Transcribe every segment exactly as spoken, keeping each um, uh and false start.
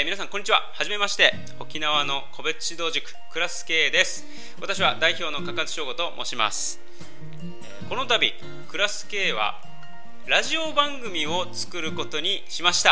ー、皆さんこんにちは。はじめまして。沖縄の個別指導塾クラス系です。私は代表のかかつしょうごと申します。えー、この度クラス系はラジオ番組を作ることにしました。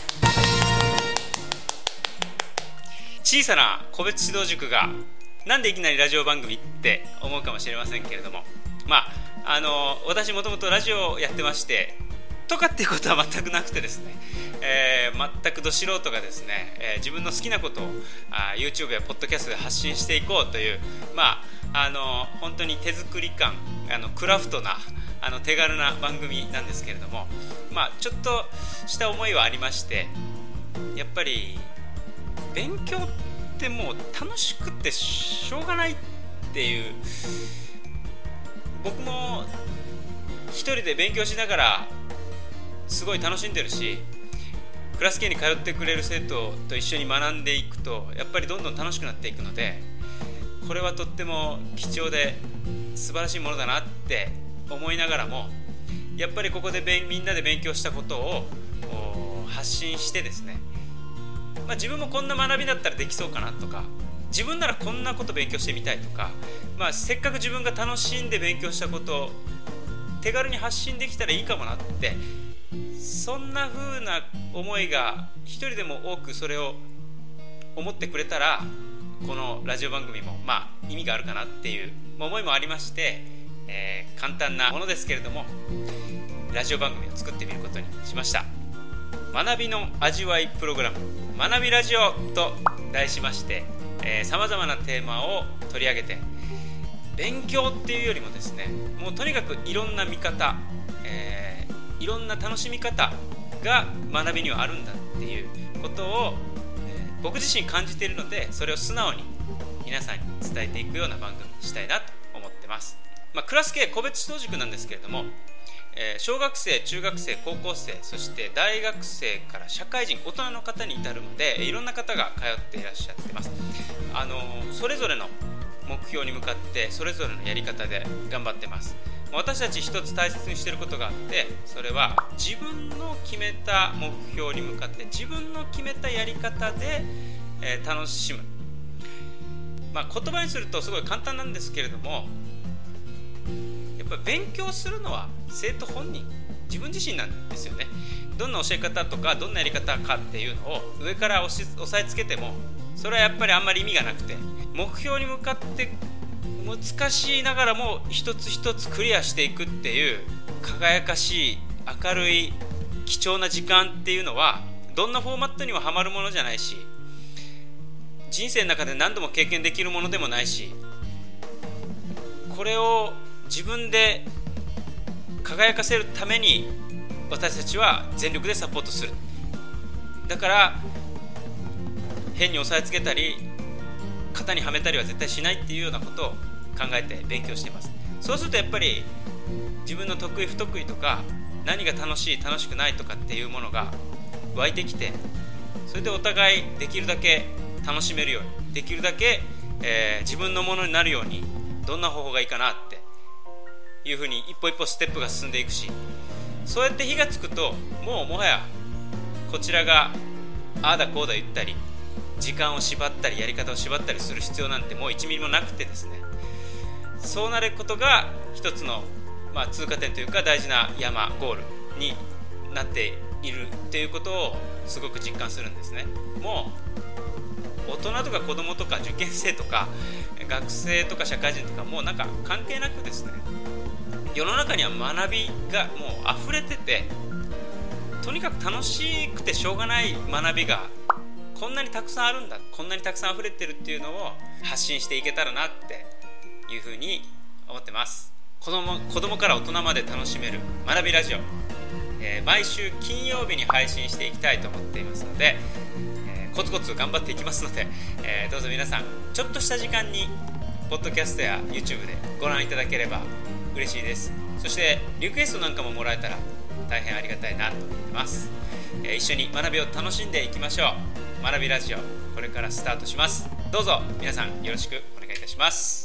小さな個別指導塾がなんでいきなりラジオ番組って思うかもしれませんけれども、まああの私もともとラジオをやってましてとかっていうことは全くなくてですね、えー、全くど素人がですね、えー、自分の好きなことをあ YouTube やポッドキャストで発信していこうという、まああの本当に手作り感、あのクラフトなあの手軽な番組なんですけれども、まあ、ちょっとした思いはありまして、やっぱり勉強ってもう楽しくてしょうがないっていう、僕も一人で勉強しながらすごい楽しんでるし、クラス系に通ってくれる生徒と一緒に学んでいくとやっぱりどんどん楽しくなっていくので、これはとっても貴重で素晴らしいものだなって思いながらも、やっぱりここでみんなで勉強したことを発信してですね、まあ、自分もこんな学びだったらできそうかなとか、自分ならこんなこと勉強してみたいとか、まあ、せっかく自分が楽しんで勉強したことを手軽に発信できたらいいかもなって、そんな風な思いが一人でも多くそれを思ってくれたら、このラジオ番組もまあ意味があるかなっていう思いもありまして、えー、簡単なものですけれどもラジオ番組を作ってみることにしました。学びの味わいプログラム、学びラジオと題しまして、さまざまなテーマを取り上げて、勉強っていうよりもですね、もうとにかくいろんな見方、えー、いろんな楽しみ方が学びにはあるんだっていうことを、えー、僕自身感じているので、それを素直に皆さんに伝えていくような番組にしたいなと思ってます。まあ、クラス系個別指導塾なんですけれども、えー、小学生、中学生、高校生、そして大学生から社会人、大人の方に至るまでいろんな方が通っていらっしゃってます。あのー、それぞれの目標に向かってそれぞれのやり方で頑張ってます。私たち一つ大切にしていることがあって、それは自分の決めた目標に向かって自分の決めたやり方で、えー、楽しむ。まあ、言葉にするとすごい簡単なんですけれども、やっぱり勉強するのは生徒本人、自分自身なんですよね。どんな教え方とかどんなやり方かっていうのを上から押し押さえつけても、それはやっぱりあんまり意味がなくて、目標に向かって難しいながらも一つ一つクリアしていくっていう輝かしい明るい貴重な時間っていうのは、どんなフォーマットにもハマるものじゃないし、人生の中で何度も経験できるものでもないし、これを自分で輝かせるために私たちは全力でサポートする。だから変に押さえつけたり型にはめたりは絶対しないっていうようなことを考えて勉強しています。そうするとやっぱり自分の得意不得意とか、何が楽しい楽しくないとかっていうものが湧いてきて、それでお互いできるだけ楽しめるように、できるだけ、えー、自分のものになるようにどんな方法がいいかなっていうふうに一歩一歩ステップが進んでいくし、そうやって火がつくともうもはやこちらがああだこうだ言ったり、時間を縛ったりやり方を縛ったりする必要なんてもういちミリもなくてですね、そうなることが一つの、まあ、通過点というか大事な山ゴールになっているっていうことをすごく実感するんですね。もう大人とか子供とか受験生とか学生とか社会人とかもうなんか関係なくですね、世の中には学びがもう溢れてて、とにかく楽しくてしょうがない学びがこんなにたくさんあるんだ、こんなにたくさん溢れてるっていうのを発信していけたらなっていうふうに思ってます。子供、子供から大人まで楽しめる学びラジオ、えー、毎週金曜日に配信していきたいと思っていますので、えー、コツコツ頑張っていきますので、えー、どうぞ皆さんちょっとした時間にポッドキャストや YouTube でご覧いただければ嬉しいです。そしてリクエストなんかももらえたら大変ありがたいなと思ってます。えー、一緒に学びを楽しんでいきましょう。学びラジオ、これからスタートします。どうぞ皆さんよろしくお願いいたします。